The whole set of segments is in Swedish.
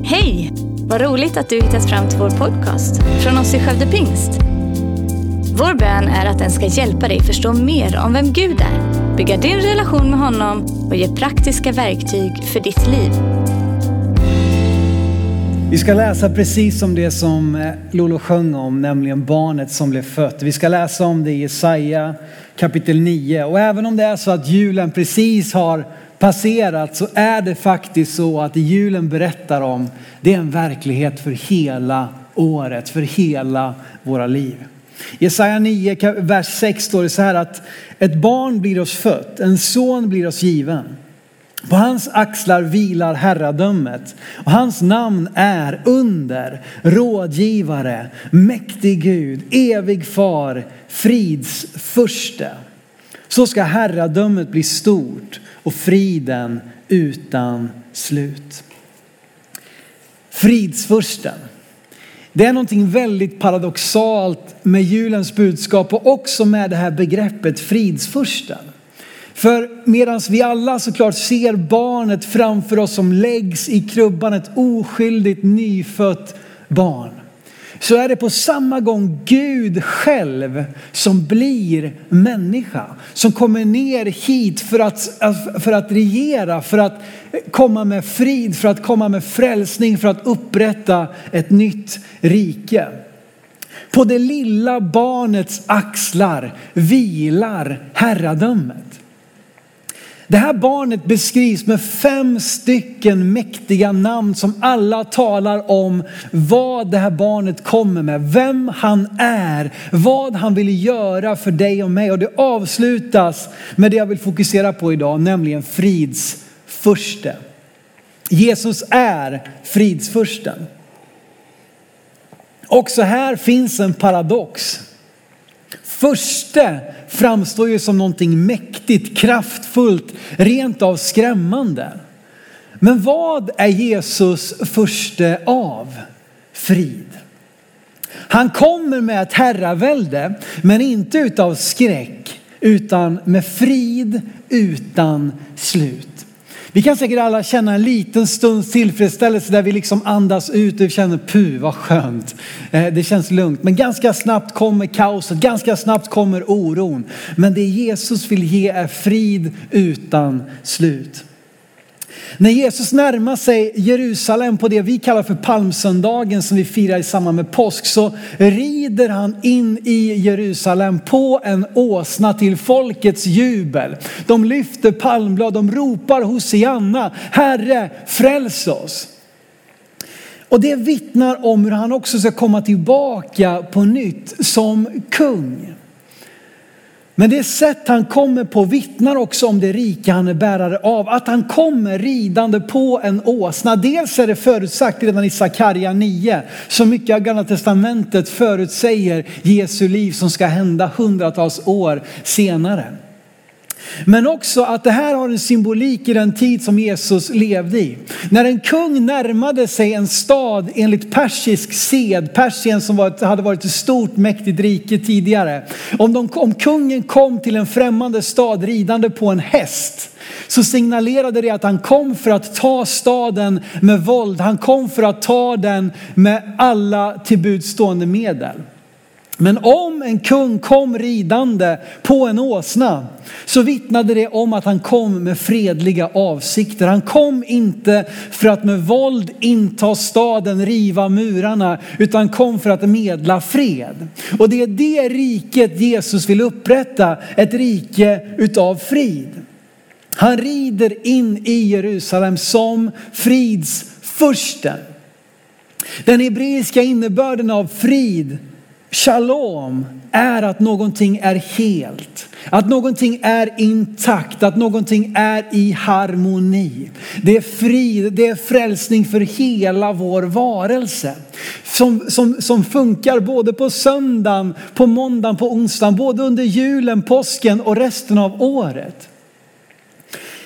Hej! Vad roligt att du hittat fram till vår podcast från oss i Skövde Pingst. Vår bön är att den ska hjälpa dig förstå mer om vem Gud är, bygga din relation med honom och ge praktiska verktyg för ditt liv. Vi ska läsa precis om det som Lolo sjöng om, nämligen barnet som blev fött. Vi ska läsa om det i Jesaja kapitel 9. Och även om det är så att julen precis har passerat, så är det faktiskt så att julen berättar om, det är en verklighet för hela året, för hela våra liv. I Jesaja 9, vers 6 står det så här att ett barn blir oss fött, en son blir oss given. På hans axlar vilar herradömet och hans namn är under, rådgivare, mäktig Gud, evig far, frids furste. Så ska herradömet bli stort och friden utan slut. Fridsfursten. Det är någonting väldigt paradoxalt med julens budskap och också med det här begreppet fridsfursten. För medan vi alla såklart ser barnet framför oss som läggs i krubban, ett oskyldigt nyfött barn, så är det på samma gång Gud själv som blir människa. Som kommer ner hit för att regera, för att komma med frid, för att komma med frälsning, för att upprätta ett nytt rike. På det lilla barnets axlar vilar herradömet. Det här barnet beskrivs med 5 stycken mäktiga namn som alla talar om vad det här barnet kommer med, vem han är, vad han vill göra för dig och mig. Och det avslutas med det jag vill fokusera på idag, nämligen fridsfurste. Jesus är fridsfursten. Också här finns en paradox. Förste framstår ju som någonting mäktigt, kraftfullt, rent av skrämmande. Men vad är Jesus förste av? Frid. Han kommer med ett herravälde, men inte utav skräck, utan med frid utan slut. Vi kan säkert alla känna en liten stunds tillfredsställelse där vi liksom andas ut och vi känner vad skönt. Det känns lugnt. Men ganska snabbt kommer kaoset, ganska snabbt kommer oron. Men det Jesus vill ge är frid utan slut. När Jesus närmar sig Jerusalem på det vi kallar för palmsöndagen som vi firar i samband med påsk, så rider han in i Jerusalem på en åsna till folkets jubel. De lyfter palmblad, de ropar Hosianna, Herre fräls oss. Och det vittnar om hur han också ska komma tillbaka på nytt som kung. Men det sätt han kommer på vittnar också om det rika han är bärare av. Att han kommer ridande på en åsna. Dels är det förutsagt redan i Sakarja 9. Så mycket av Gamla testamentet förutsäger Jesu liv som ska hända hundratals år senare. Men också att det här har en symbolik i den tid som Jesus levde i. När en kung närmade sig en stad enligt persisk sed, Persien som hade varit ett stort mäktigt rike tidigare. Om kungen kom till en främmande stad ridande på en häst, så signalerade det att han kom för att ta staden med våld. Han kom för att ta den med alla tillbudstående medel. Men om en kung kom ridande på en åsna, så vittnade det om att han kom med fredliga avsikter. Han kom inte för att med våld inta staden, riva murarna, utan kom för att medla fred. Och det är det riket Jesus vill upprätta, ett rike utav frid. Han rider in i Jerusalem som fridsfursten. Den hebreiska innebörden av frid, shalom, är att någonting är helt. Att någonting är intakt. Att någonting är i harmoni. Det är frid, det är frälsning för hela vår varelse. Som funkar både på söndagen, på måndagen, på onsdagen. Både under julen, påsken och resten av året.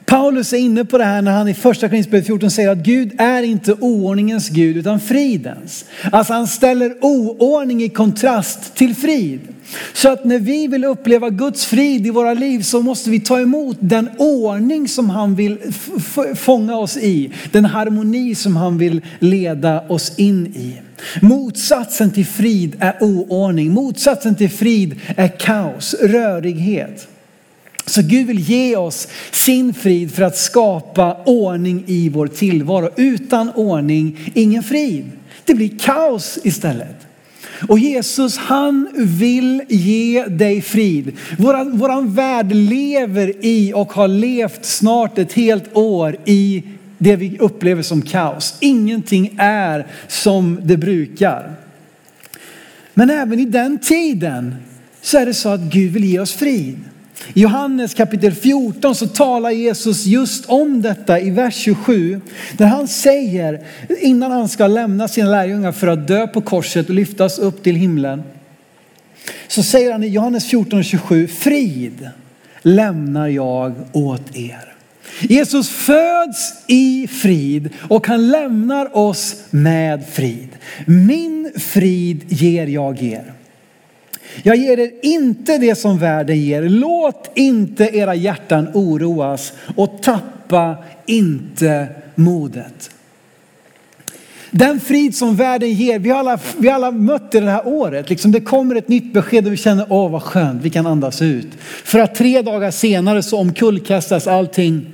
Paulus är inne på det här när han i första Korinthierbrevet 14 säger att Gud är inte oordningens Gud utan fridens. Alltså han ställer oordning i kontrast till frid. Så att när vi vill uppleva Guds frid i våra liv så måste vi ta emot den ordning som han vill fånga oss i. Den harmoni som han vill leda oss in i. Motsatsen till frid är oordning. Motsatsen till frid är kaos, rörighet. Så Gud vill ge oss sin frid för att skapa ordning i vår tillvaro. Utan ordning, ingen frid. Det blir kaos istället. Och Jesus, han vill ge dig frid. Våran värld lever i och har levt snart ett helt år i det vi upplever som kaos. Ingenting är som det brukar. Men även i den tiden så är det så att Gud vill ge oss frid. I Johannes kapitel 14 så talar Jesus just om detta i vers 27. Där han säger, innan han ska lämna sina lärjungar för att dö på korset och lyftas upp till himlen. Så säger han i Johannes 14:27, frid lämnar jag åt er. Jesus föds i frid och han lämnar oss med frid. Min frid ger jag er. Jag ger er inte det som världen ger. Låt inte era hjärtan oroas och tappa inte modet. Den frid som världen ger, vi alla mött det här året. Liksom det kommer ett nytt besked och vi känner, vad skönt, vi kan andas ut. För att 3 dagar senare så omkullkastas allting.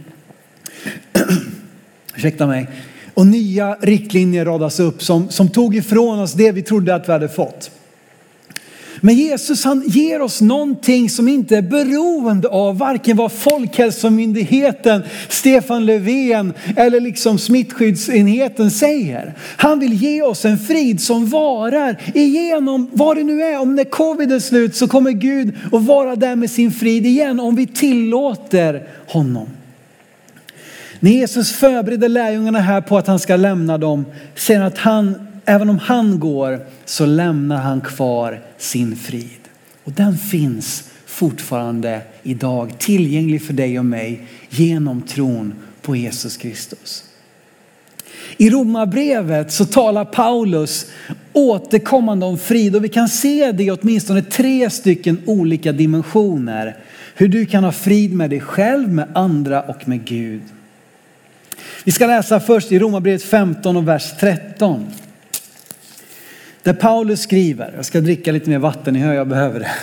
Ursäkta mig. Och nya riktlinjer radas upp som tog ifrån oss det vi trodde att vi hade fått. Men Jesus, han ger oss någonting som inte är beroende av varken vad Folkhälsomyndigheten, Stefan Löfven eller liksom smittskyddsenheten säger. Han vill ge oss en frid som varar igenom vad det nu är. Om när covid är slut så kommer Gud att vara där med sin frid igen om vi tillåter honom. När Jesus förbereder lärjungarna här på att han ska lämna dem, säger att även om han går så lämnar han kvar sin frid. Och den finns fortfarande idag tillgänglig för dig och mig genom tron på Jesus Kristus. I Romarbrevet så talar Paulus återkommande om frid och vi kan se det i åtminstone 3 stycken olika dimensioner. Hur du kan ha frid med dig själv, med andra och med Gud. Vi ska läsa först i Romarbrevet 15 och vers 13. Där Paulus skriver, jag ska dricka lite mer vatten, ni hör jag behöver det.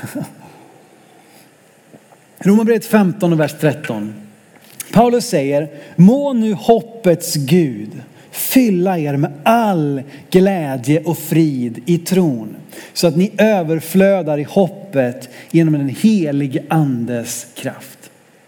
Romarbrevet 15 och vers 13. Paulus säger, må nu hoppets Gud fylla er med all glädje och frid i tron. Så att ni överflödar i hoppet genom den helige andes kraft.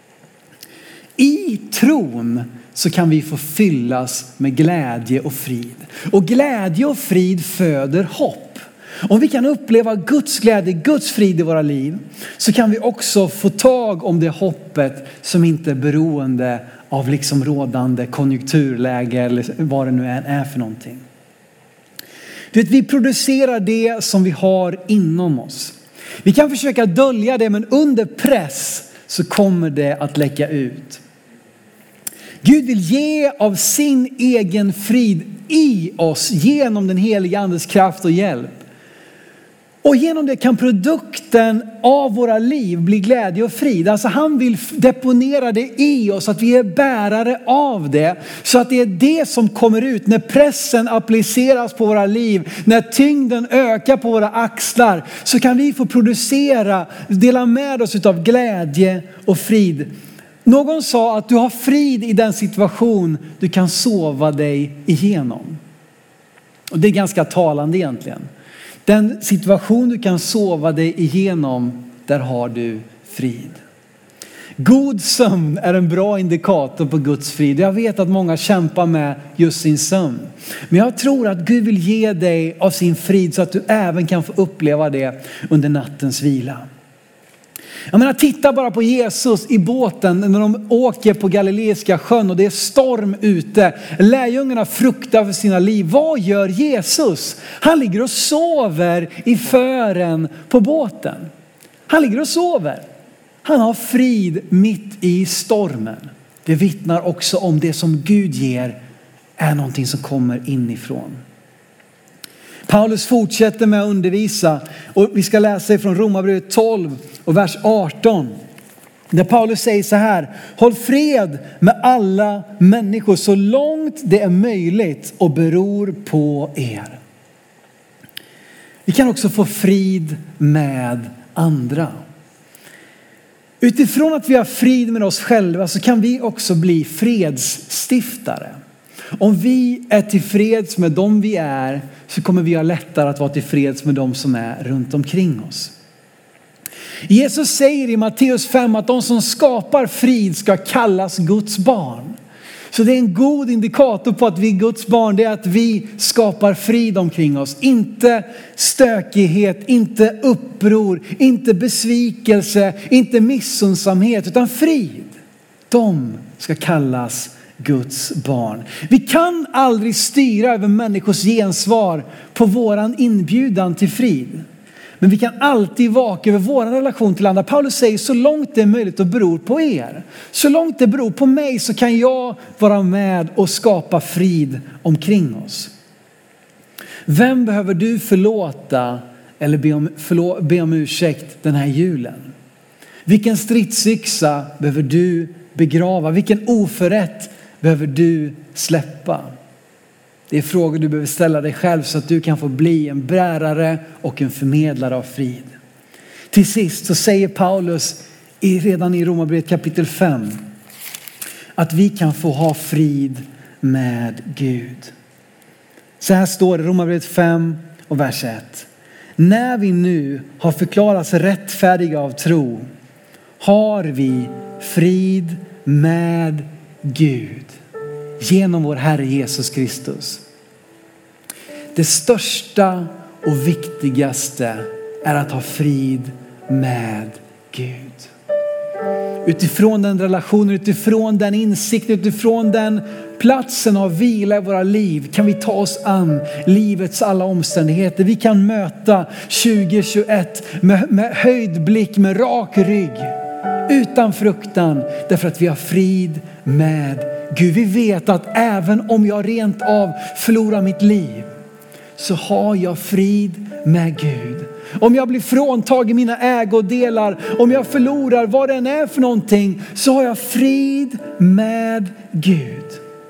I tron så kan vi få fyllas med glädje och frid. Och glädje och frid föder hopp. Om vi kan uppleva Guds glädje, Guds frid i våra liv, så kan vi också få tag om det hoppet som inte är beroende av liksom rådande konjunkturläge eller vad det nu än är för någonting. Du vet, vi producerar det som vi har inom oss. Vi kan försöka dölja det, men under press så kommer det att läcka ut. Gud vill ge av sin egen frid i oss genom den heliga andes kraft och hjälp. Och genom det kan produkten av våra liv bli glädje och frid. Alltså han vill deponera det i oss, att vi är bärare av det. Så att det är det som kommer ut när pressen appliceras på våra liv. När tyngden ökar på våra axlar så kan vi få producera, dela med oss av glädje och frid. Någon sa att du har frid i den situation du kan sova dig igenom. Och det är ganska talande egentligen. Den situation du kan sova dig igenom, där har du frid. God sömn är en bra indikator på Guds frid. Jag vet att många kämpar med just sin sömn. Men jag tror att Gud vill ge dig av sin frid så att du även kan få uppleva det under nattens vila. Jag menar, titta bara på Jesus i båten när de åker på Galileiska sjön och det är storm ute. Lärjungarna fruktar för sina liv. Vad gör Jesus? Han ligger och sover i fören på båten. Han ligger och sover. Han har frid mitt i stormen. Det vittnar också om det som Gud ger är någonting som kommer inifrån. Paulus fortsätter med att undervisa och vi ska läsa ifrån Romarbrevet 12 och vers 18. Där Paulus säger så här: håll fred med alla människor så långt det är möjligt och beror på er. Vi kan också få frid med andra. Utifrån att vi har frid med oss själva så kan vi också bli fredsstiftare. Om vi är tillfreds med dem vi är så kommer vi ha lättare att vara tillfreds med dem som är runt omkring oss. Jesus säger i Matteus 5 att de som skapar frid ska kallas Guds barn. Så det är en god indikator på att vi är Guds barn. Det är att vi skapar frid omkring oss. Inte stökighet, inte uppror, inte besvikelse, inte missunnsamhet utan frid. De ska kallas Guds barn. Vi kan aldrig styra över människors gensvar på våran inbjudan till frid. Men vi kan alltid vaka över vår relation till andra. Paulus säger så långt det är möjligt och beror på er. Så långt det beror på mig så kan jag vara med och skapa frid omkring oss. Vem behöver du förlåta eller be om ursäkt den här julen? Vilken stridsyxa behöver du begrava? Vilken oförrätt behöver du släppa? Det är frågor du behöver ställa dig själv så att du kan få bli en bärare och en förmedlare av frid. Till sist så säger Paulus redan i Romarbrevet kapitel 5 att vi kan få ha frid med Gud. Så här står det i Romarbrevet 5 och vers 1. När vi nu har förklarats rättfärdiga av tro har vi frid med Gud genom vår Herre Jesus Kristus. Det största och viktigaste är att ha frid med Gud. Utifrån den relationen, utifrån den insikten, utifrån den platsen av vila i våra liv kan vi ta oss an livets alla omständigheter. Vi kan möta 2021 med höjd blick, med rak rygg, utan fruktan, därför att vi har frid med Gud. Vi vet att även om jag rent av förlorar mitt liv så har jag frid med Gud. Om jag blir fråntagen mina ägodelar, om jag förlorar vad den är för någonting, så har jag frid med Gud.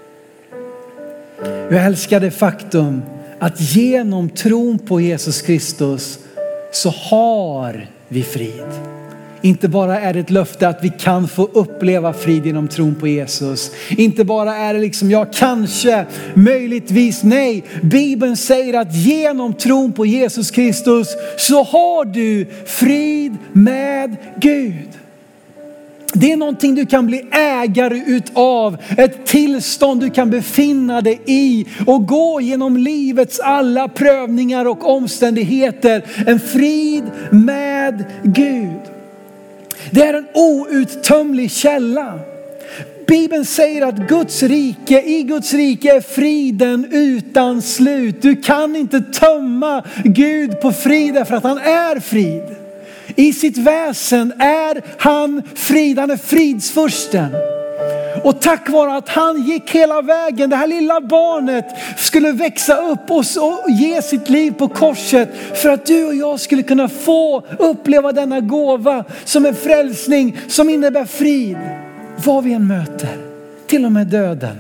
Jag älskar det faktum att genom tron på Jesus Kristus så har vi frid. Inte bara är det ett löfte att vi kan få uppleva frid genom tron på Jesus. Inte bara är det liksom ja kanske, möjligtvis, nej. Bibeln säger att genom tron på Jesus Kristus så har du frid med Gud. Det är någonting du kan bli ägare utav. Ett tillstånd du kan befinna dig i och gå genom livets alla prövningar och omständigheter. En frid med Gud. Det är en outtömlig källa. Bibeln säger att i Guds rike är friden utan slut. Du kan inte tömma Gud på frid därför att han är frid. I sitt väsen är han frid, han är fridsfursten. Och tack vare att han gick hela vägen, det här lilla barnet skulle växa upp och ge sitt liv på korset för att du och jag skulle kunna få uppleva denna gåva som en frälsning som innebär frid. Vad vi än möter, till och med döden.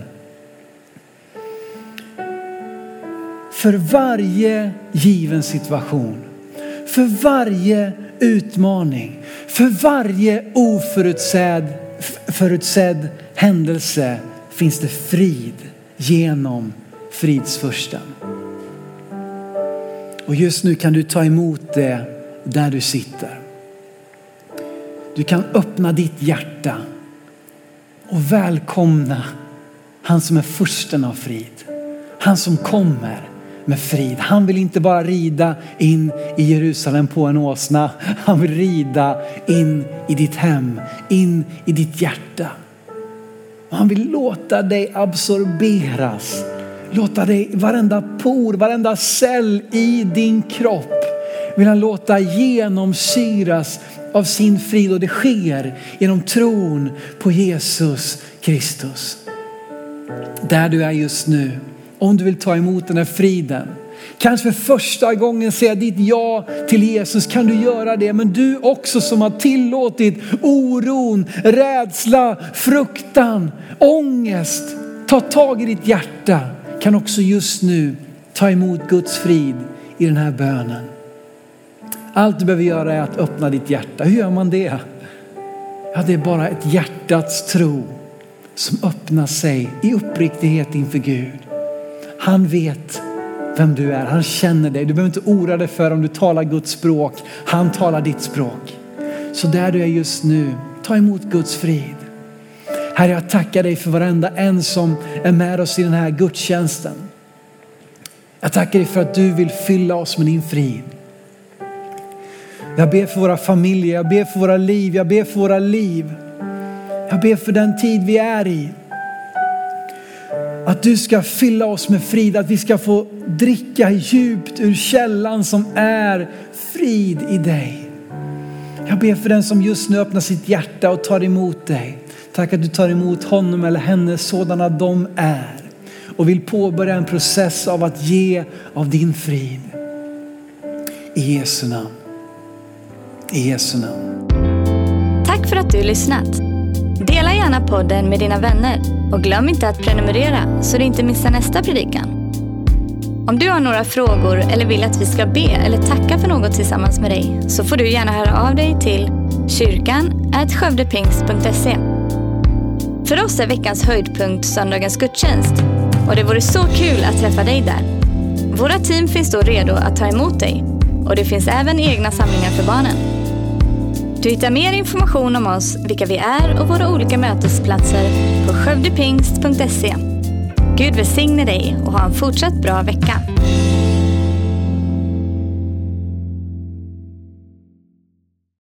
För varje given situation, för varje utmaning, för varje oförutsedd händelse finns det frid genom fridsfursten. Och just nu kan du ta emot det där du sitter. Du kan öppna ditt hjärta och välkomna han som är fursten av frid. Han som kommer med frid. Han vill inte bara rida in i Jerusalem på en åsna. Han vill rida in i ditt hem, in i ditt hjärta. Och han vill låta dig absorberas. Låta dig, varenda por, varenda cell i din kropp vill han låta genomsyras av sin frid, och det sker genom tron på Jesus Kristus. Där du är just nu, om du vill ta emot den här friden, kanske för första gången säga ditt ja till Jesus, kan du göra det. Men du också som har tillåtit oron, rädsla, fruktan, ångest ta tag i ditt hjärta, kan också just nu ta emot Guds frid i den här bönen. Allt du behöver göra är att öppna ditt hjärta. Hur gör man det? Ja, det är bara ett hjärtats tro som öppnar sig i uppriktighet inför Gud. Han vet vem du är. Han känner dig. Du behöver inte oroa dig för om du talar Guds språk. Han talar ditt språk. Så där du är just nu, ta emot Guds frid. Herre, jag tackar dig för varenda en som är med oss i den här gudstjänsten. Jag tackar dig för att du vill fylla oss med din frid. Jag ber för våra familjer, jag ber för våra liv, jag ber för våra liv. Jag ber för den tid vi är i. Att du ska fylla oss med frid, att vi ska få dricka djupt ur källan som är frid i dig. Jag ber för den som just nu öppnar sitt hjärta och tar emot dig. Tack att du tar emot honom eller henne sådana de är. Och vill påbörja en process av att ge av din frid. I Jesu namn. I Jesu namn. Tack för att du lyssnat. Dela gärna podden med dina vänner. Och glöm inte att prenumerera så du inte missar nästa predikan. Om du har några frågor eller vill att vi ska be eller tacka för något tillsammans med dig, så får du gärna höra av dig till kyrkan@skövdepingst.se. För oss är veckans höjdpunkt söndagens gudstjänst, och det vore så kul att träffa dig där. Våra team finns då redo att ta emot dig, och det finns även egna samlingar för barnen. Du hittar mer information om oss, vilka vi är och våra olika mötesplatser på skövdepingst.se. Gud välsigne dig och ha en fortsatt bra vecka.